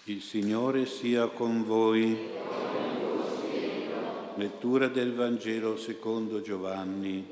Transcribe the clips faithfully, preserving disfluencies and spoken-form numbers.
Il Signore sia con voi. Lettura del Vangelo secondo Giovanni.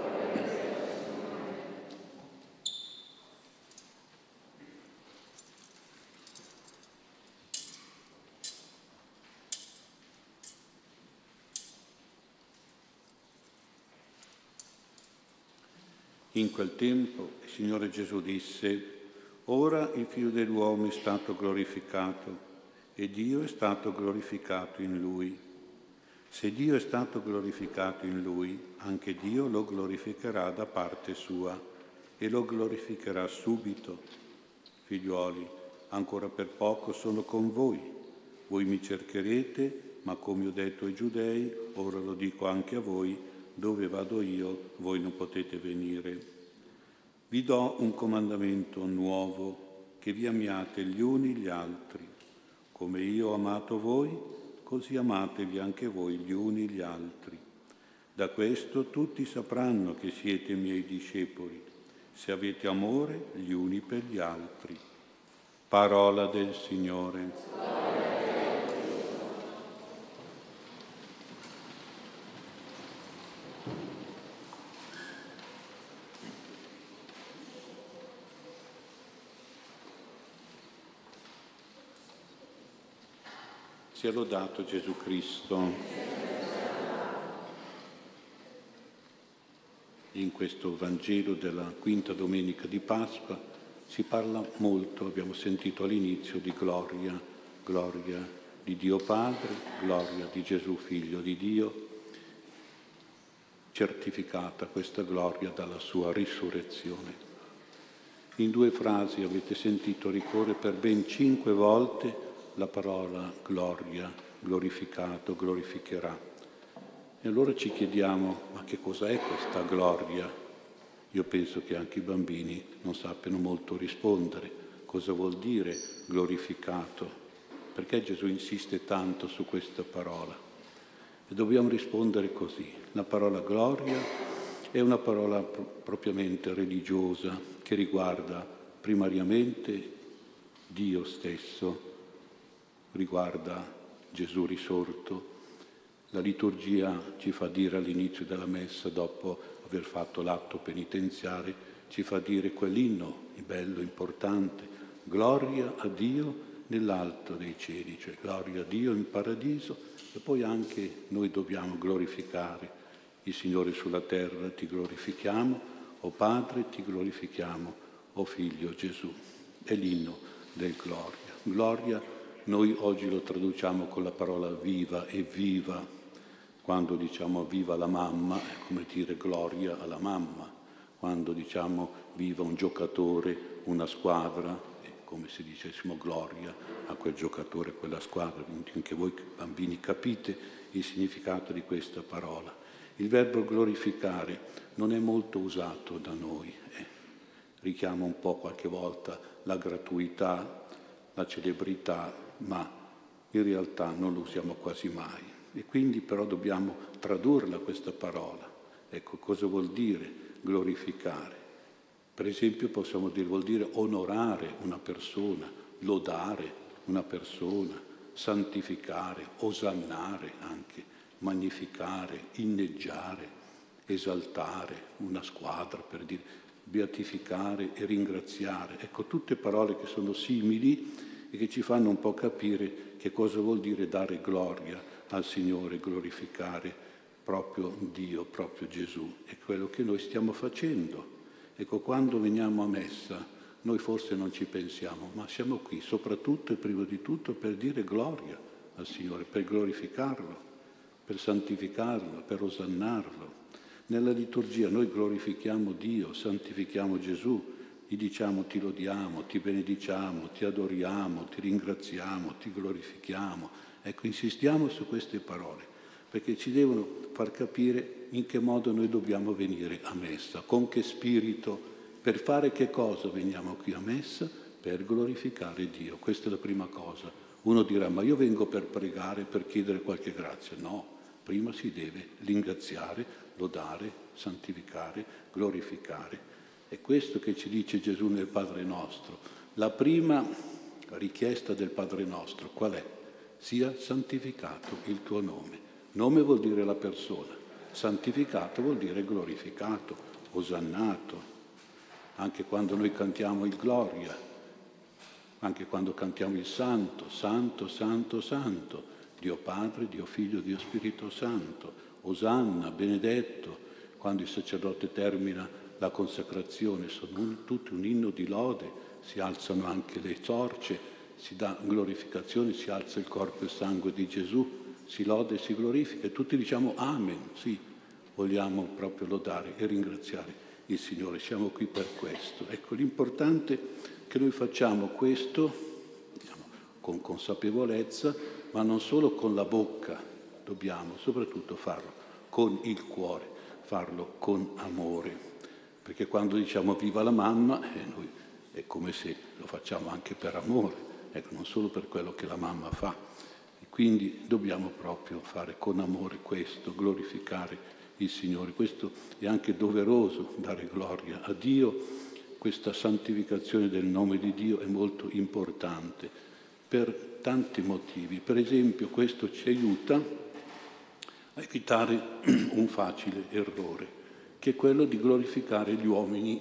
In quel tempo il Signore Gesù disse: ora il Figlio dell'uomo è stato glorificato e Dio è stato glorificato in Lui. Se Dio è stato glorificato in Lui, anche Dio lo glorificherà da parte sua e lo glorificherà subito. Figliuoli, ancora per poco sono con voi. Voi mi cercherete, ma come ho detto ai Giudei, ora lo dico anche a voi: dove vado io, voi non potete venire. Vi do un comandamento nuovo, che vi amiate gli uni gli altri. Come io ho amato voi, così amatevi anche voi gli uni gli altri. Da questo tutti sapranno che siete miei discepoli, se avete amore gli uni per gli altri. Parola del Signore. Sia lodato Gesù Cristo. In questo Vangelo della quinta domenica di Pasqua si parla molto, abbiamo sentito all'inizio, di gloria, gloria di Dio Padre, gloria di Gesù Figlio di Dio, certificata questa gloria dalla sua risurrezione. In due frasi avete sentito ricorrere per ben cinque volte la parola gloria, glorificato, glorificherà. E allora ci chiediamo: ma che cos'è questa gloria? Io penso che anche i bambini non sappiano molto rispondere. Cosa vuol dire glorificato? Perché Gesù insiste tanto su questa parola? E dobbiamo rispondere così: la parola gloria è una parola pro- propriamente religiosa, che riguarda primariamente Dio stesso, riguarda Gesù risorto. La liturgia ci fa dire all'inizio della messa, dopo aver fatto l'atto penitenziale, ci fa dire quell'inno bello, importante: gloria a Dio nell'alto dei cieli, cioè gloria a Dio in paradiso. E poi anche noi dobbiamo glorificare il Signore sulla terra. Ti glorifichiamo, o Padre, ti glorifichiamo, o Figlio Gesù. È l'inno del gloria. Gloria noi oggi lo traduciamo con la parola viva e viva. Quando diciamo viva la mamma è come dire gloria alla mamma. Quando diciamo viva un giocatore, una squadra, è come se dicessimo gloria a quel giocatore, quella squadra. Quindi anche voi bambini capite il significato di questa parola. Il verbo glorificare non è molto usato da noi, eh. richiama un po' qualche volta la gratuità, la celebrità, ma in realtà non lo usiamo quasi mai. E quindi però dobbiamo tradurla questa parola. Ecco, cosa vuol dire glorificare? Per esempio possiamo dire, vuol dire onorare una persona, lodare una persona, santificare, osannare anche, magnificare, inneggiare, esaltare una squadra, per dire, beatificare e ringraziare. Ecco, tutte parole che sono simili e che ci fanno un po' capire che cosa vuol dire dare gloria al Signore, glorificare proprio Dio, proprio Gesù. È quello che noi stiamo facendo. Ecco, quando veniamo a messa, noi forse non ci pensiamo, ma siamo qui soprattutto e prima di tutto per dire gloria al Signore, per glorificarlo, per santificarlo, per osannarlo. Nella liturgia noi glorifichiamo Dio, santifichiamo Gesù, gli diciamo ti lodiamo, ti benediciamo, ti adoriamo, ti ringraziamo, ti glorifichiamo. Ecco, insistiamo su queste parole, perché ci devono far capire in che modo noi dobbiamo venire a messa, con che spirito, per fare che cosa veniamo qui a messa? Per glorificare Dio. Questa è la prima cosa. Uno dirà, ma io vengo per pregare, per chiedere qualche grazia. No, prima si deve ringraziare, lodare, santificare, glorificare. È questo che ci dice Gesù nel Padre nostro. La prima La richiesta del Padre nostro qual è? Sia santificato il tuo nome. Nome vuol dire la persona, santificato vuol dire glorificato, osannato. Anche quando noi cantiamo il Gloria, anche quando cantiamo il Santo, Santo, Santo, Santo, Dio Padre, Dio Figlio, Dio Spirito Santo, Osanna, benedetto, quando il sacerdote termina la consacrazione, sono un, tutti un inno di lode, si alzano anche le torce, si dà glorificazione, si alza il corpo e il sangue di Gesù, si lode e si glorifica e tutti diciamo Amen, sì, vogliamo proprio lodare e ringraziare il Signore, siamo qui per questo. Ecco, l'importante è che noi facciamo questo, diciamo, con consapevolezza, ma non solo con la bocca, dobbiamo soprattutto farlo con il cuore, farlo con amore, perché quando diciamo viva la mamma, eh, noi è come se lo facciamo anche per amore, ecco, non solo per quello che la mamma fa. E quindi dobbiamo proprio fare con amore questo, glorificare il Signore. Questo è anche doveroso, dare gloria a Dio. Questa santificazione del nome di Dio è molto importante per tanti motivi. Per esempio, questo ci aiuta a evitare un facile errore, che è quello di glorificare gli uomini.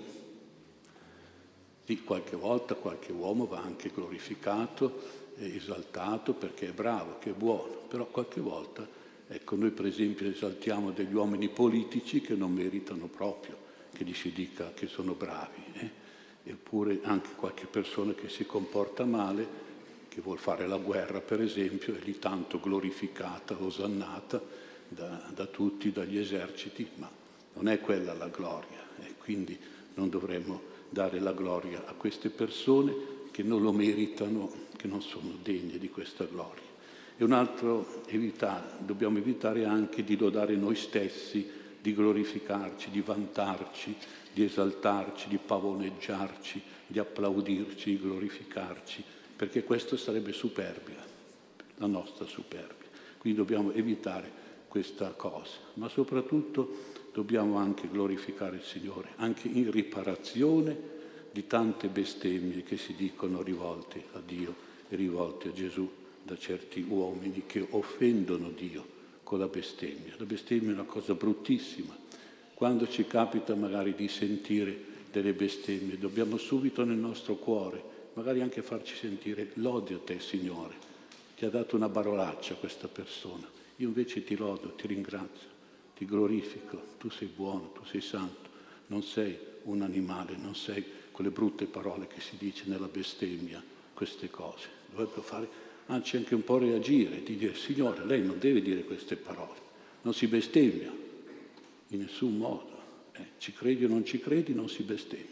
Sì, qualche volta qualche uomo va anche glorificato, esaltato perché è bravo, che è buono, però qualche volta, ecco, noi per esempio esaltiamo degli uomini politici che non meritano proprio che gli si dica che sono bravi, eh? Eppure anche qualche persona che si comporta male, che vuol fare la guerra per esempio, è lì tanto glorificata, osannata da, da tutti, dagli eserciti, ma non è quella la gloria, e quindi non dovremmo dare la gloria a queste persone che non lo meritano, che non sono degne di questa gloria. E un altro evitare, dobbiamo evitare anche di lodare noi stessi, di glorificarci, di vantarci, di esaltarci, di pavoneggiarci, di applaudirci, di glorificarci, perché questo sarebbe superbia, la nostra superbia. Quindi dobbiamo evitare questa cosa, ma soprattutto dobbiamo anche glorificare il Signore, anche in riparazione di tante bestemmie che si dicono rivolte a Dio e rivolte a Gesù da certi uomini che offendono Dio con la bestemmia. La bestemmia è una cosa bruttissima. Quando ci capita magari di sentire delle bestemmie, dobbiamo subito nel nostro cuore, magari anche farci sentire lode a te, Signore. Ti ha dato una parolaccia questa persona. Io invece ti lodo, ti ringrazio, ti glorifico. Tu sei buono, tu sei santo. Non sei un animale, non sei quelle brutte parole che si dice nella bestemmia, queste cose. Dovrebbero fare, anzi anche un po' reagire, di dire, Signore, lei non deve dire queste parole. Non si bestemmia, in nessun modo. Eh, ci credi o non ci credi, non si bestemmia.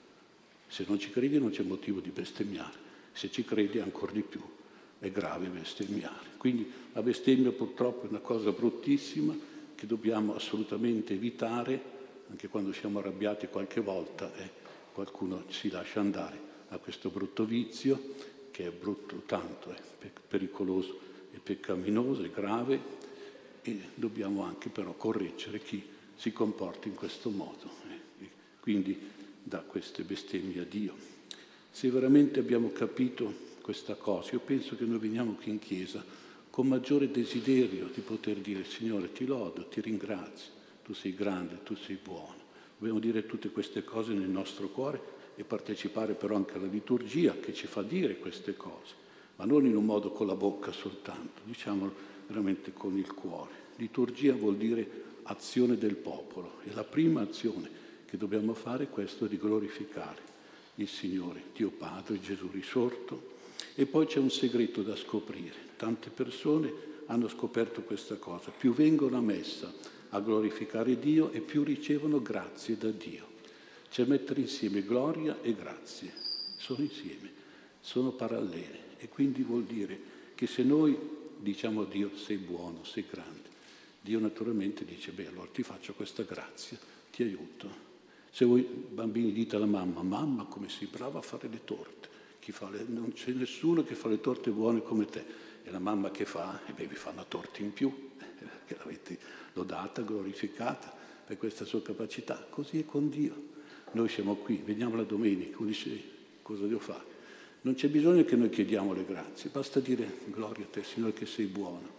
Se non ci credi non c'è motivo di bestemmiare, se ci credi ancora di più è grave bestemmiare. Quindi la bestemmia purtroppo è una cosa bruttissima che dobbiamo assolutamente evitare, anche quando siamo arrabbiati qualche volta e eh, qualcuno si lascia andare a questo brutto vizio, che è brutto tanto, è pericoloso e peccaminoso, è grave, e dobbiamo anche però correggere chi si comporta in questo modo. Eh. Quindi da queste bestemmie a Dio. Se veramente abbiamo capito questa cosa, io penso che noi veniamo qui in chiesa con maggiore desiderio di poter dire Signore ti lodo, ti ringrazio, tu sei grande, tu sei buono. Dobbiamo dire tutte queste cose nel nostro cuore e partecipare però anche alla liturgia che ci fa dire queste cose, ma non in un modo con la bocca soltanto, diciamolo veramente con il cuore. Liturgia vuol dire azione del popolo e la prima azione che dobbiamo fare è questo di glorificare il Signore, Dio Padre, Gesù risorto. E poi c'è un segreto da scoprire. Tante persone hanno scoperto questa cosa. Più vengono a messa a glorificare Dio e più ricevono grazie da Dio. Cioè mettere insieme gloria e grazie. Sono insieme, sono parallele. E quindi vuol dire che se noi diciamo a Dio sei buono, sei grande, Dio naturalmente dice beh allora ti faccio questa grazia, ti aiuto. Se voi bambini dite alla mamma, mamma come sei brava a fare le torte, chi fa le... non c'è nessuno che fa le torte buone come te. E la mamma che fa? E beh vi fa una torta in più, che l'avete lodata, glorificata per questa sua capacità. Così è con Dio. Noi siamo qui, veniamo la domenica, uno dice cosa devo fare? Non c'è bisogno che noi chiediamo le grazie, basta dire gloria a te, Signore, che sei buono.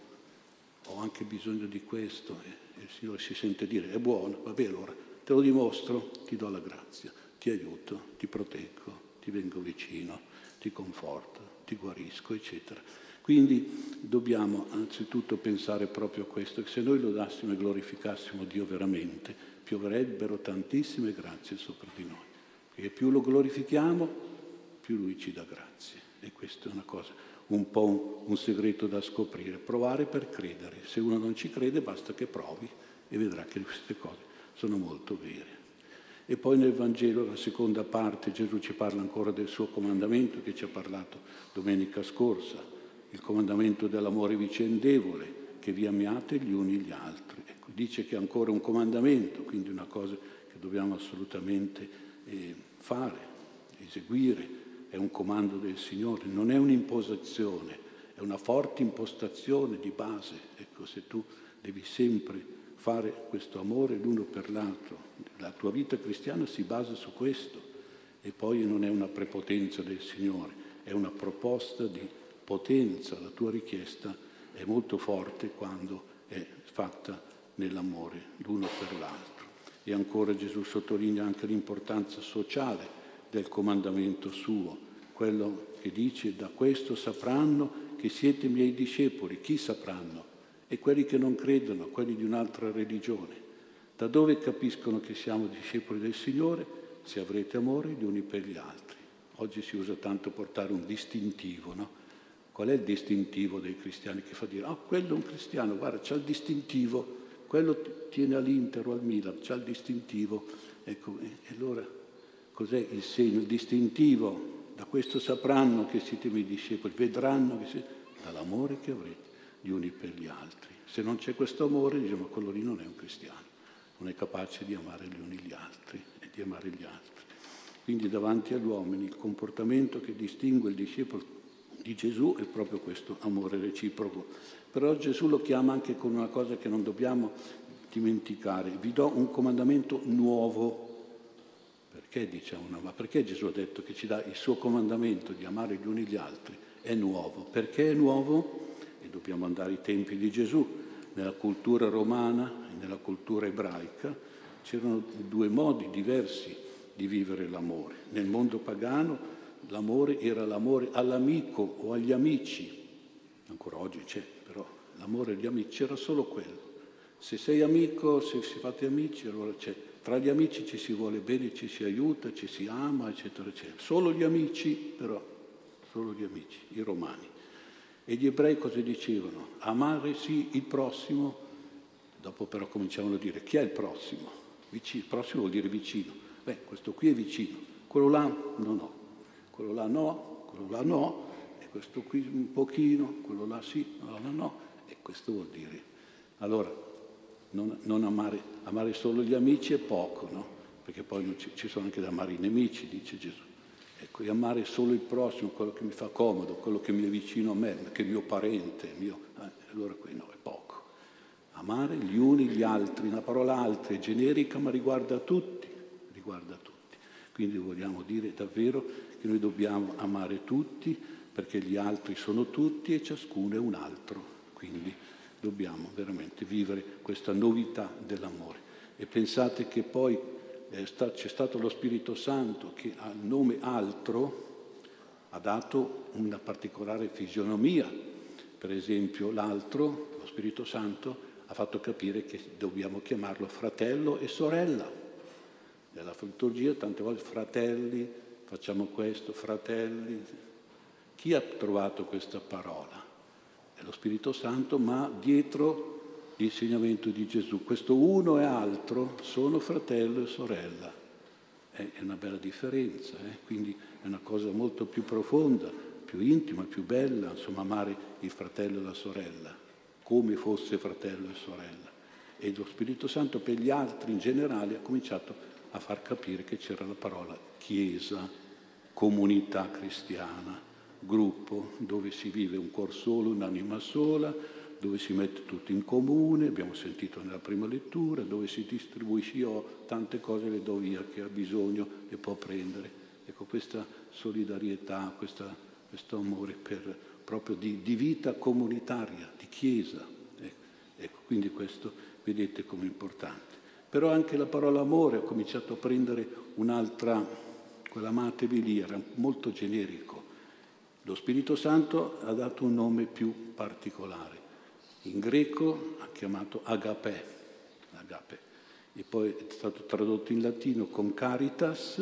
Ho anche bisogno di questo e il Signore si sente dire è buono, va bene, allora te lo dimostro, ti do la grazia, ti aiuto, ti proteggo, ti vengo vicino, ti conforto, ti guarisco, eccetera. Quindi dobbiamo anzitutto pensare proprio a questo, che se noi lodassimo e glorificassimo Dio veramente, pioverebbero tantissime grazie sopra di noi. E più lo glorifichiamo, più Lui ci dà grazie. E questa è una cosa, un po' un, un segreto da scoprire. Provare per credere. Se uno non ci crede, basta che provi e vedrà che queste cose sono molto vere. E poi nel Vangelo, la seconda parte, Gesù ci parla ancora del suo comandamento che ci ha parlato domenica scorsa, il comandamento dell'amore vicendevole, che vi amiate gli uni gli altri. Ecco, dice che è ancora un comandamento, quindi una cosa che dobbiamo assolutamente eh, fare, eseguire, è un comando del Signore, non è un'imposizione, è una forte impostazione di base. Ecco, se tu devi sempre fare questo amore l'uno per l'altro, la tua vita cristiana si basa su questo, e poi non è una prepotenza del Signore, è una proposta di potenza. La tua richiesta è molto forte quando è fatta nell'amore l'uno per l'altro. E ancora Gesù sottolinea anche l'importanza sociale del comandamento suo, quello che dice: da questo sapranno che siete miei discepoli. Chi sapranno? E quelli che non credono, quelli di un'altra religione. Da dove capiscono che siamo discepoli del Signore? Se avrete amore gli uni per gli altri. Oggi si usa tanto portare un distintivo, no? Qual è il distintivo dei cristiani che fa dire: ah, quello è un cristiano, guarda, c'ha il distintivo, quello tiene all'Inter o al Milan, c'ha il distintivo. Ecco, e allora cos'è il segno, il distintivo? Da questo sapranno che siete miei discepoli, vedranno che siete, dall'amore che avrete gli uni per gli altri. Se non c'è questo amore, diciamo, quello lì non è un cristiano, non è capace di amare gli uni gli altri e di amare gli altri. Quindi davanti agli uomini il comportamento che distingue il discepolo di Gesù è proprio questo amore reciproco. Però Gesù lo chiama anche con una cosa che non dobbiamo dimenticare: vi do un comandamento nuovo. Perché diciamo no? Ma perché Gesù ha detto che ci dà il suo comandamento di amare gli uni gli altri? È nuovo. Perché è nuovo? E dobbiamo andare ai tempi di Gesù. Nella cultura romana e nella cultura ebraica c'erano due modi diversi di vivere l'amore. Nel mondo pagano l'amore era l'amore all'amico o agli amici. Ancora oggi c'è, però l'amore agli amici era solo quello. Se sei amico, se si fate amici, allora c'è. Tra gli amici ci si vuole bene, ci si aiuta, ci si ama, eccetera, eccetera. Solo gli amici, però, solo gli amici, i romani. E gli ebrei cosa dicevano? Amare sì il prossimo, dopo però cominciavano a dire chi è il prossimo? Vicino. Il prossimo vuol dire vicino. Beh, questo qui è vicino, quello là no, no, quello là no, quello là no, e questo qui un pochino, quello là sì, quello là no, e questo vuol dire. Allora, non, non amare, amare solo gli amici è poco, no? Perché poi non ci, ci sono anche da amare i nemici, dice Gesù. Ecco, e amare solo il prossimo, quello che mi fa comodo, quello che mi è vicino a me, che è mio parente, mio, eh, allora qui no, è poco. Amare gli uni gli altri, una parola altri, è generica ma riguarda tutti, riguarda tutti. Quindi vogliamo dire davvero che noi dobbiamo amare tutti, perché gli altri sono tutti e ciascuno è un altro. Quindi dobbiamo veramente vivere questa novità dell'amore. E pensate che poi eh, sta, c'è stato lo Spirito Santo che al nome altro ha dato una particolare fisionomia. Per esempio l'altro, lo Spirito Santo, ha fatto capire che dobbiamo chiamarlo fratello e sorella. Nella liturgia tante volte fratelli, facciamo questo, fratelli. Chi ha trovato questa parola? È lo Spirito Santo, ma dietro l'insegnamento di Gesù. Questo uno e altro sono fratello e sorella. È una bella differenza, eh? Quindi è una cosa molto più profonda, più intima, più bella, insomma, amare il fratello e la sorella, come fosse fratello e sorella. E lo Spirito Santo per gli altri in generale ha cominciato a far capire che c'era la parola Chiesa, comunità cristiana, gruppo dove si vive un cuor solo, un'anima sola, dove si mette tutto in comune, abbiamo sentito nella prima lettura, dove si distribuisce, io ho tante cose, le do via, che ha bisogno le può prendere. Ecco, questa solidarietà, questa, questo amore per, proprio di, di vita comunitaria, di Chiesa. Ecco, ecco, quindi questo vedete come importante. Però anche la parola amore ha cominciato a prendere un'altra, quell'amatevi lì, era molto generico. Lo Spirito Santo ha dato un nome più particolare. In greco ha chiamato agape, agape, e poi è stato tradotto in latino con caritas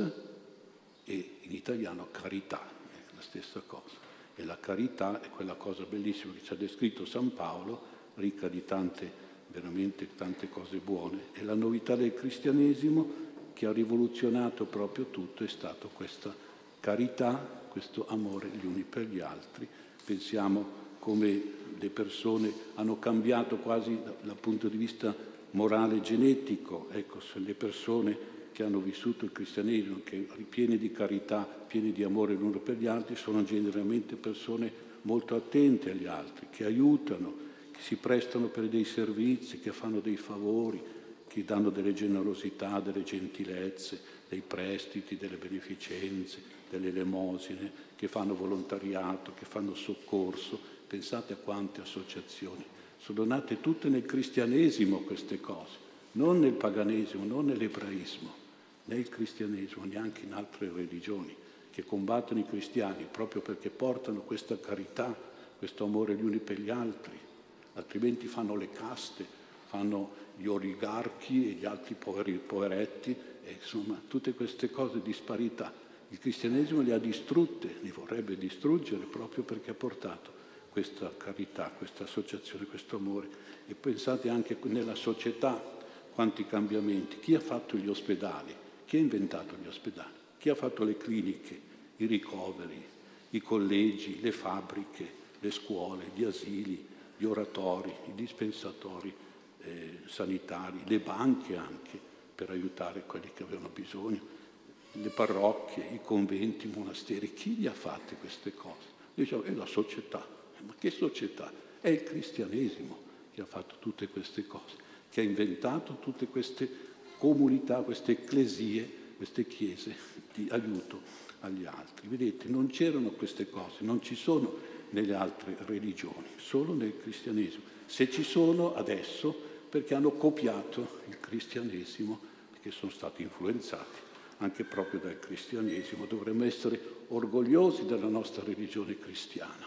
e in italiano carità, è la stessa cosa. E la carità è quella cosa bellissima che ci ha descritto San Paolo, ricca di tante, veramente tante cose buone. E la novità del cristianesimo che ha rivoluzionato proprio tutto è stato questa carità, questo amore gli uni per gli altri. Pensiamo come le persone hanno cambiato quasi dal punto di vista morale genetico. Ecco, se le persone che hanno vissuto il cristianesimo, che piene di carità, piene di amore l'uno per gli altri, sono generalmente persone molto attente agli altri, che aiutano, che si prestano per dei servizi, che fanno dei favori, che danno delle generosità, delle gentilezze, dei prestiti, delle beneficenze, delle elemosine, che fanno volontariato, che fanno soccorso. Pensate a quante associazioni. Sono nate tutte nel cristianesimo queste cose, non nel paganesimo, non nell'ebraismo, né il cristianesimo, neanche in altre religioni, che combattono i cristiani proprio perché portano questa carità, questo amore gli uni per gli altri, altrimenti fanno le caste, fanno gli oligarchi e gli altri poveri, poveretti, e insomma tutte queste cose, disparità. Il cristianesimo le ha distrutte, li vorrebbe distruggere proprio perché ha portato questa carità, questa associazione, questo amore. E pensate anche nella società quanti cambiamenti. Chi ha fatto gli ospedali? Chi ha inventato gli ospedali? Chi ha fatto le cliniche, i ricoveri, i collegi, le fabbriche, le scuole, gli asili, gli oratori, i dispensatori eh, sanitari, le banche anche, per aiutare quelli che avevano bisogno, le parrocchie, i conventi, i monasteri. Chi li ha fatte queste cose? Diciamo, è la società. Ma che società? È il cristianesimo che ha fatto tutte queste cose, che ha inventato tutte queste comunità, queste ecclesie, queste chiese di aiuto agli altri. Vedete, non c'erano queste cose, non ci sono nelle altre religioni, solo nel cristianesimo. Se ci sono adesso, perché hanno copiato il cristianesimo, perché sono stati influenzati anche proprio dal cristianesimo. Dovremmo essere orgogliosi della nostra religione cristiana.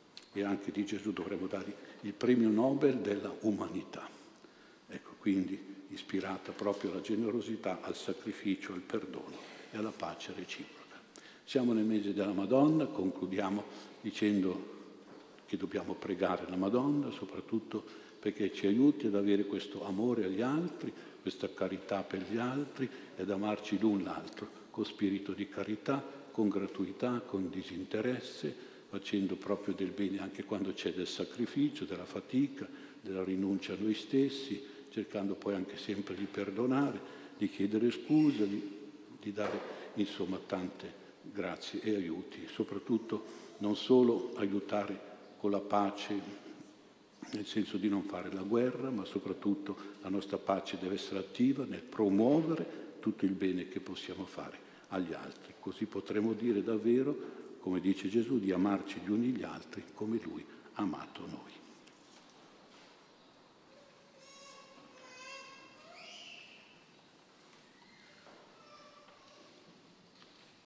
E anche di Gesù dovremmo dargli il premio Nobel della umanità. Ecco, quindi ispirata proprio alla generosità, al sacrificio, al perdono e alla pace reciproca. Siamo nel mese della Madonna, concludiamo dicendo che dobbiamo pregare la Madonna, soprattutto perché ci aiuti ad avere questo amore agli altri, questa carità per gli altri, ed amarci l'un l'altro, con spirito di carità, con gratuità, con disinteresse, facendo proprio del bene anche quando c'è del sacrificio, della fatica, della rinuncia a noi stessi, cercando poi anche sempre di perdonare, di chiedere scusa, di, di dare insomma tante grazie e aiuti, soprattutto non solo aiutare con la pace, nel senso di non fare la guerra, ma soprattutto la nostra pace deve essere attiva nel promuovere tutto il bene che possiamo fare agli altri. Così potremo dire davvero, come dice Gesù, di amarci gli uni gli altri come Lui ha amato noi.